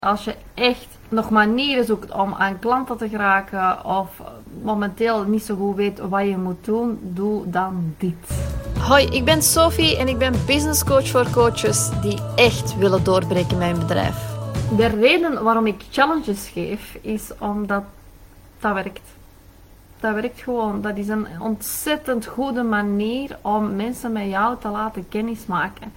Als je echt nog manieren zoekt om aan klanten te geraken of momenteel niet zo goed weet wat je moet doen, doe dan dit. Hoi, ik ben Sophie en ik ben business coach voor coaches die echt willen doorbreken met hun bedrijf. De reden waarom ik challenges geef is omdat dat werkt. Dat werkt gewoon. Dat is een ontzettend goede manier om mensen met jou te laten kennismaken.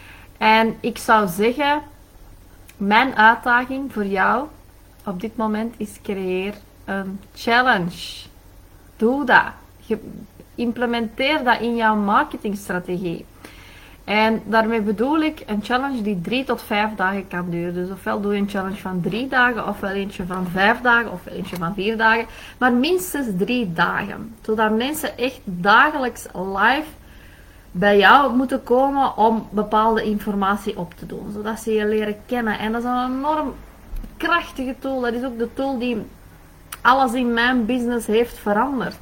En ik zou zeggen, mijn uitdaging voor jou op dit moment is creëer een challenge. Doe dat. Implementeer dat in jouw marketingstrategie. En daarmee bedoel ik een challenge die 3 tot 5 dagen kan duren. Dus ofwel doe je een challenge van 3 dagen, ofwel eentje van 5 dagen, ofwel eentje van 4 dagen. Maar minstens 3 dagen. Zodat mensen echt dagelijks live bij jou moeten komen om bepaalde informatie op te doen. Zodat ze je leren kennen. En dat is een enorm krachtige tool. Dat is ook de tool die alles in mijn business heeft veranderd.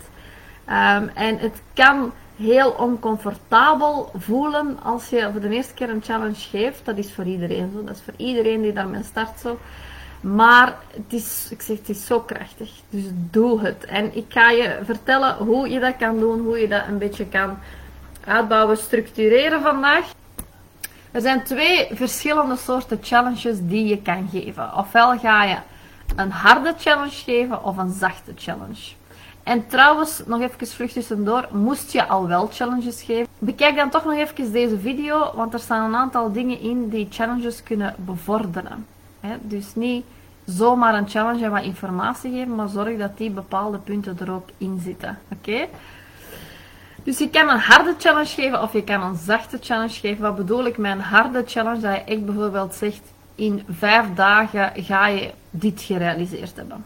En het kan heel oncomfortabel voelen als je voor de eerste keer een challenge geeft. Dat is voor iedereen zo. Dat is voor iedereen die daarmee start zo. Maar het is zo krachtig. Dus doe het. En ik ga je vertellen hoe je dat kan doen. Hoe je dat een beetje kan uitbouwen, structureren vandaag. Er zijn 2 verschillende soorten challenges die je kan geven. Ofwel ga je een harde challenge geven of een zachte challenge. En trouwens, nog even vlug tussendoor, moest je al wel challenges geven? Bekijk dan toch nog even deze video, want er staan een aantal dingen in die challenges kunnen bevorderen. Dus niet zomaar een challenge en wat informatie geven, maar zorg dat die bepaalde punten er ook in zitten. Oké? Dus je kan een harde challenge geven of je kan een zachte challenge geven. Wat bedoel ik met een harde challenge? Dat je echt bijvoorbeeld zegt, in 5 dagen ga je dit gerealiseerd hebben.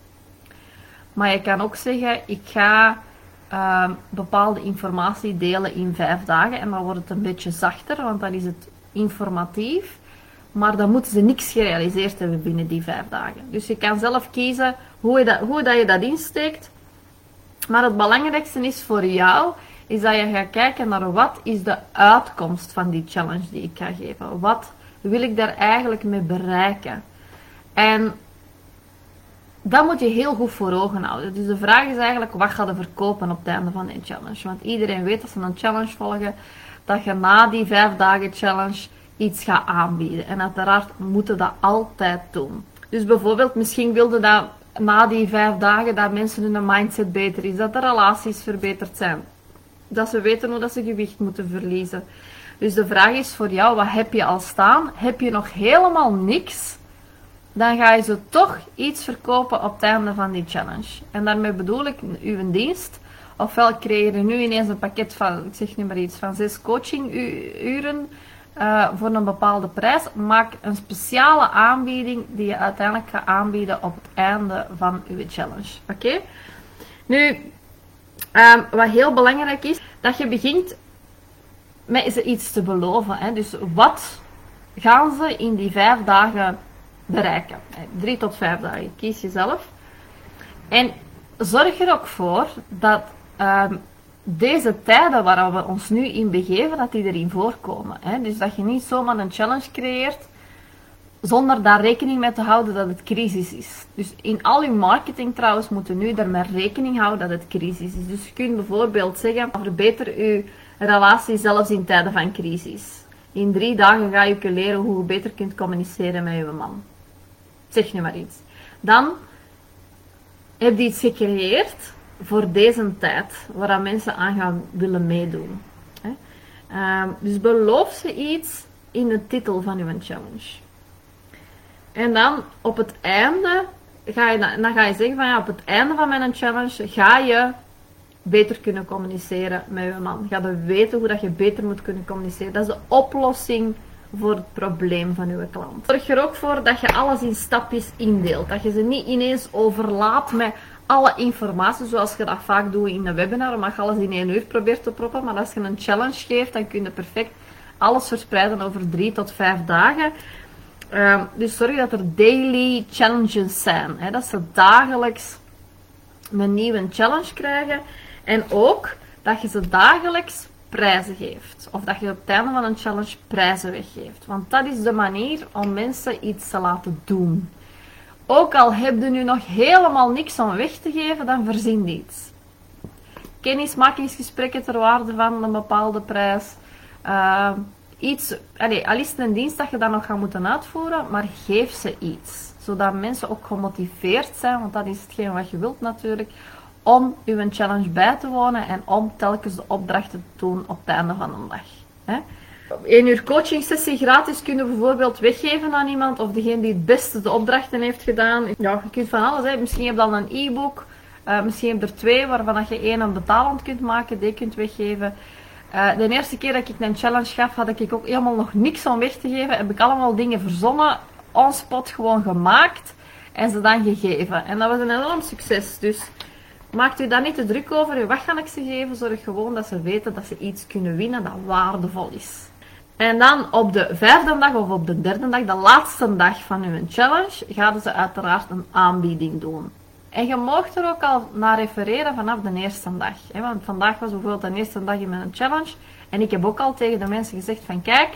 Maar je kan ook zeggen, ik ga bepaalde informatie delen in 5 dagen. En dan wordt het een beetje zachter, want dan is het informatief. Maar dan moeten ze niks gerealiseerd hebben binnen die 5 dagen. Dus je kan zelf kiezen hoe je dat insteekt. Maar het belangrijkste is voor jou, is dat je gaat kijken naar wat is de uitkomst van die challenge die ik ga geven. Wat wil ik daar eigenlijk mee bereiken? En dat moet je heel goed voor ogen houden. Dus de vraag is eigenlijk, wat ga je verkopen op het einde van die challenge? Want iedereen weet als ze een challenge volgen, dat je na die 5 dagen challenge iets gaat aanbieden. En uiteraard moeten dat altijd doen. Dus bijvoorbeeld, misschien wilde dat na die 5 dagen dat mensen hun mindset beter is, dat de relaties verbeterd zijn, dat ze weten hoe dat ze gewicht moeten verliezen. Dus de vraag is voor jou, wat heb je al staan? Heb je nog helemaal niks? Dan ga je ze toch iets verkopen op het einde van die challenge. En daarmee bedoel ik uw dienst. Ofwel creëer je nu ineens een pakket van, ik zeg nu maar iets, van 6 coachinguren voor een bepaalde prijs. Maak een speciale aanbieding die je uiteindelijk gaat aanbieden op het einde van uw challenge. Oké? Nu, wat heel belangrijk is, dat je begint met ze iets te beloven. Hè? Dus wat gaan ze in die 5 dagen bereiken? 3 tot 5 dagen, kies je zelf. En zorg er ook voor dat deze tijden waar we ons nu in begeven, dat die erin voorkomen. Hè? Dus dat je niet zomaar een challenge creëert zonder daar rekening mee te houden dat het crisis is. Dus in al je marketing trouwens moet je nu daarmee rekening houden dat het crisis is. Dus je kunt bijvoorbeeld zeggen, verbeter je relatie zelfs in tijden van crisis. In 3 dagen ga je leren hoe je beter kunt communiceren met je man. Zeg nu maar iets. Dan heb je iets gecreëerd voor deze tijd, waar mensen aan gaan willen meedoen. Dus beloof ze iets in de titel van je challenge. En dan op het einde ga je zeggen van ja, op het einde van mijn challenge ga je beter kunnen communiceren met je man. Ga je weten hoe dat je beter moet kunnen communiceren. Dat is de oplossing voor het probleem van uw klant. Zorg er ook voor dat je alles in stapjes indeelt. Dat je ze niet ineens overlaat met alle informatie, zoals je dat vaak doet in een webinar, maar je alles in 1 uur probeert te proppen. Maar als je een challenge geeft, dan kun je perfect alles verspreiden over 3 tot 5 dagen. Dus zorg dat er daily challenges zijn. Hè? Dat ze dagelijks een nieuwe challenge krijgen. En ook dat je ze dagelijks prijzen geeft. Of dat je op het einde van een challenge prijzen weggeeft. Want dat is de manier om mensen iets te laten doen. Ook al heb je nu nog helemaal niks om weg te geven, dan verzin je iets. Kennismakingsgesprekken ter waarde van een bepaalde prijs. Al is het een dienst dat je dan nog gaat moeten uitvoeren, maar geef ze iets. Zodat mensen ook gemotiveerd zijn, want dat is hetgeen wat je wilt natuurlijk, om uw challenge bij te wonen en om telkens de opdrachten te doen op het einde van een dag. Hè? 1 uur coaching sessie gratis kun je bijvoorbeeld weggeven aan iemand, of degene die het beste de opdrachten heeft gedaan. Ja, je kunt van alles. Hè. Misschien heb je dan een e-book, misschien heb je er 2 waarvan dat je 1 betalend kunt maken, die kunt weggeven. De eerste keer dat ik een challenge gaf, had ik ook helemaal nog niks om weg te geven. Heb ik allemaal dingen verzonnen, on spot gewoon gemaakt en ze dan gegeven. En dat was een enorm succes. Dus maakt u daar niet te druk over. Wat ga ik ze geven? Zorg gewoon dat ze weten dat ze iets kunnen winnen dat waardevol is. En dan op de 5e dag of op de 3e dag, de laatste dag van uw challenge, gaan ze uiteraard een aanbieding doen. En je mag er ook al naar refereren vanaf de eerste dag. Hè? Want vandaag was bijvoorbeeld de eerste dag in mijn challenge. En ik heb ook al tegen de mensen gezegd van kijk,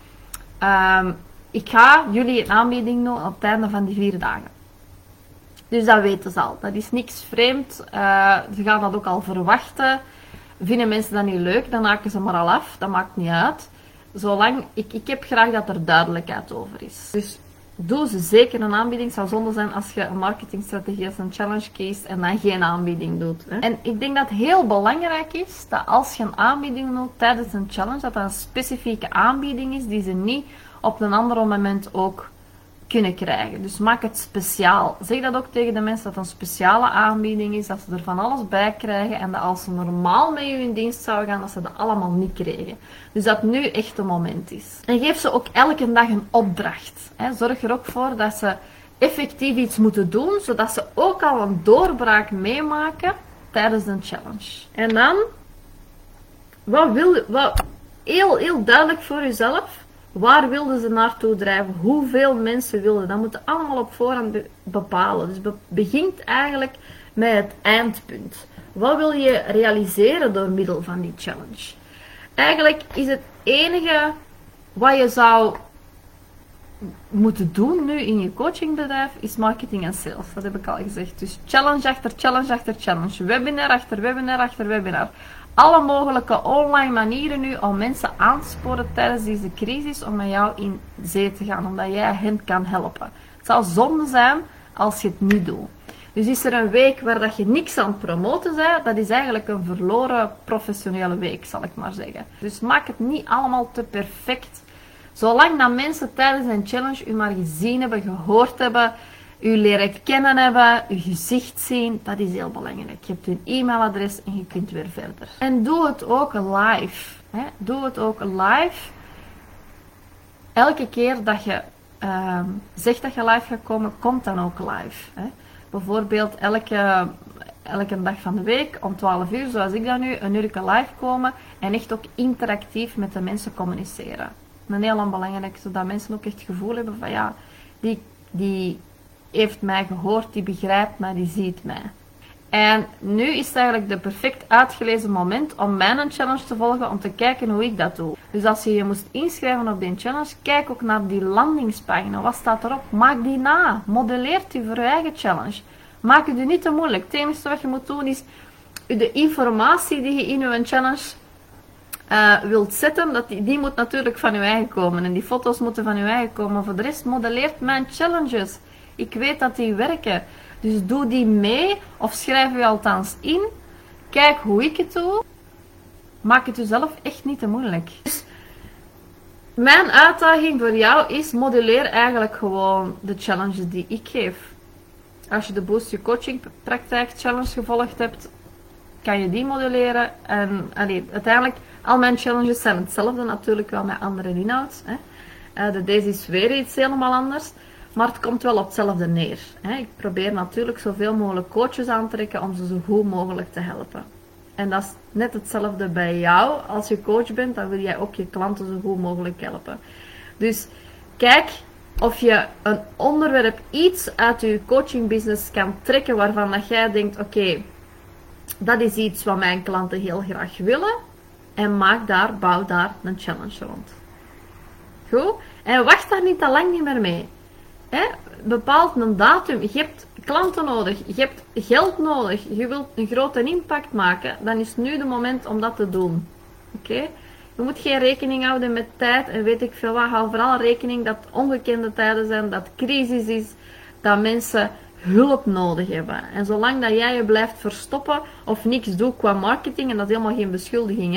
ik ga jullie een aanbieding doen op het einde van die 4 dagen. Dus dat weten ze al. Dat is niks vreemd. Ze gaan dat ook al verwachten. Vinden mensen dat niet leuk, dan haken ze maar al af. Dat maakt niet uit. Zolang, ik heb graag dat er duidelijkheid over is. Dus doe ze zeker een aanbieding. Het zou zonde zijn als je een marketingstrategie als een challenge kiest en dan geen aanbieding doet. Hè. En ik denk dat het heel belangrijk is dat als je een aanbieding doet tijdens een challenge, dat een specifieke aanbieding is die ze niet op een ander moment ook kunnen krijgen. Dus maak het speciaal. Zeg dat ook tegen de mensen dat het een speciale aanbieding is, dat ze er van alles bij krijgen en dat als ze normaal met je in dienst zouden gaan, dat ze dat allemaal niet kregen. Dus dat nu echt een moment is. En geef ze ook elke dag een opdracht. Zorg er ook voor dat ze effectief iets moeten doen, zodat ze ook al een doorbraak meemaken tijdens een challenge. En dan, heel duidelijk voor jezelf. Waar wilden ze naartoe drijven? Hoeveel mensen wilden? Dat moeten allemaal op voorhand bepalen. Dus begint eigenlijk met het eindpunt. Wat wil je realiseren door middel van die challenge? Eigenlijk is het enige wat je zou moeten doen nu in je coachingbedrijf, is marketing en sales. Dat heb ik al gezegd. Dus challenge achter challenge achter challenge. Webinar achter webinar achter webinar. Alle mogelijke online manieren nu om mensen aan te sporen tijdens deze crisis om met jou in zee te gaan, omdat jij hen kan helpen. Het zou zonde zijn als je het niet doet. Dus is er een week waar dat je niks aan het promoten bent, dat is eigenlijk een verloren professionele week, zal ik maar zeggen. Dus maak het niet allemaal te perfect. Zolang dat mensen tijdens een challenge u maar gezien hebben, gehoord hebben, u leren kennen hebben, uw gezicht zien, dat is heel belangrijk. Je hebt een e-mailadres en je kunt weer verder. En doe het ook live. Hè? Doe het ook live. Elke keer dat je zegt dat je live gaat komen, komt dan ook live. Hè? Bijvoorbeeld elke dag van de week om 12 uur, zoals ik dan nu, een uur live komen en echt ook interactief met de mensen communiceren. Een heel belangrijk, zodat mensen ook echt het gevoel hebben van ja, die heeft mij gehoord, die begrijpt mij, die ziet mij. En nu is het eigenlijk de perfect uitgelezen moment om mijn challenge te volgen, om te kijken hoe ik dat doe. Dus als je je moest inschrijven op die challenge, kijk ook naar die landingspagina. Wat staat erop? Maak die na. Modelleert u voor je eigen challenge. Maak het u niet te moeilijk. Het enige wat je moet doen is de informatie die je in je challenge wilt zetten, die moet natuurlijk van je eigen komen. En die foto's moeten van je eigen komen. Voor de rest modelleert mijn challenges. Ik weet dat die werken. Dus doe die mee of schrijf je althans in. Kijk hoe ik het doe. Maak het jezelf echt niet te moeilijk. Dus mijn uitdaging voor jou is, modelleer eigenlijk gewoon de challenges die ik geef. Als je de Boost Your Coaching Praktijk Challenge gevolgd hebt, kan je die modelleren. En uiteindelijk, al mijn challenges zijn hetzelfde, natuurlijk wel met andere inhoud. Deze is weer iets helemaal anders. Maar het komt wel op hetzelfde neer. Ik probeer natuurlijk zoveel mogelijk coaches aan te trekken om ze zo goed mogelijk te helpen. En dat is net hetzelfde bij jou. Als je coach bent, dan wil jij ook je klanten zo goed mogelijk helpen. Dus kijk of je een onderwerp, iets uit je coachingbusiness kan trekken waarvan dat jij denkt, oké, dat is iets wat mijn klanten heel graag willen. En bouw daar een challenge rond. Goed? En wacht daar niet te lang niet meer mee. Bepaalt een datum. Je hebt klanten nodig. Je hebt geld nodig. Je wilt een grote impact maken. Dan is nu de moment om dat te doen. Oké? Je moet geen rekening houden met tijd en weet ik veel wat. Hou vooral rekening dat het ongekende tijden zijn, dat het crisis is, dat mensen hulp nodig hebben. En zolang dat jij je blijft verstoppen of niks doet qua marketing, en dat is helemaal geen beschuldiging,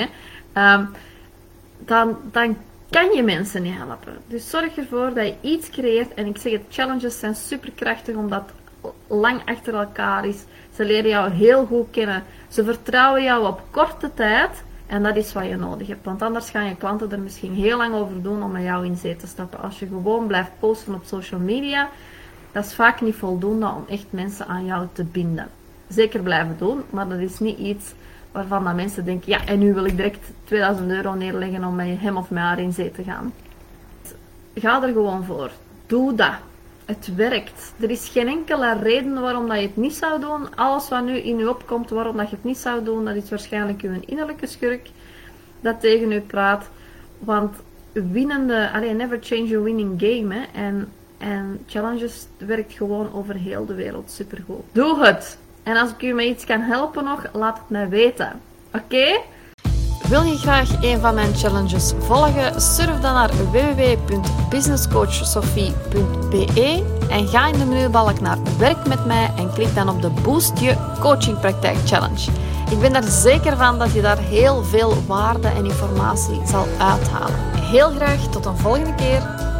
dan kan je mensen niet helpen. Dus zorg ervoor dat je iets creëert. En ik zeg het, challenges zijn superkrachtig omdat het lang achter elkaar is. Ze leren jou heel goed kennen. Ze vertrouwen jou op korte tijd. En dat is wat je nodig hebt. Want anders gaan je klanten er misschien heel lang over doen om met jou in zee te stappen. Als je gewoon blijft posten op social media, dat is vaak niet voldoende om echt mensen aan jou te binden. Zeker blijven doen, maar dat is niet iets waarvan dat mensen denken, ja, en nu wil ik direct €2000 neerleggen om met hem of met haar in zee te gaan. Ga er gewoon voor. Doe dat. Het werkt. Er is geen enkele reden waarom dat je het niet zou doen. Alles wat nu in je opkomt waarom dat je het niet zou doen, dat is waarschijnlijk je innerlijke schurk dat tegen u praat. Want never change a winning game. Hè. En challenges werkt gewoon over heel de wereld supergoed. Doe het! En als ik u met iets kan helpen nog, laat het mij weten. Oké? Wil je graag een van mijn challenges volgen? Surf dan naar www.businesscoachsophie.be en ga in de menubalk naar Werk met mij en klik dan op de Boost Je Coaching Praktijk Challenge. Ik ben er zeker van dat je daar heel veel waarde en informatie zal uithalen. Heel graag tot een volgende keer.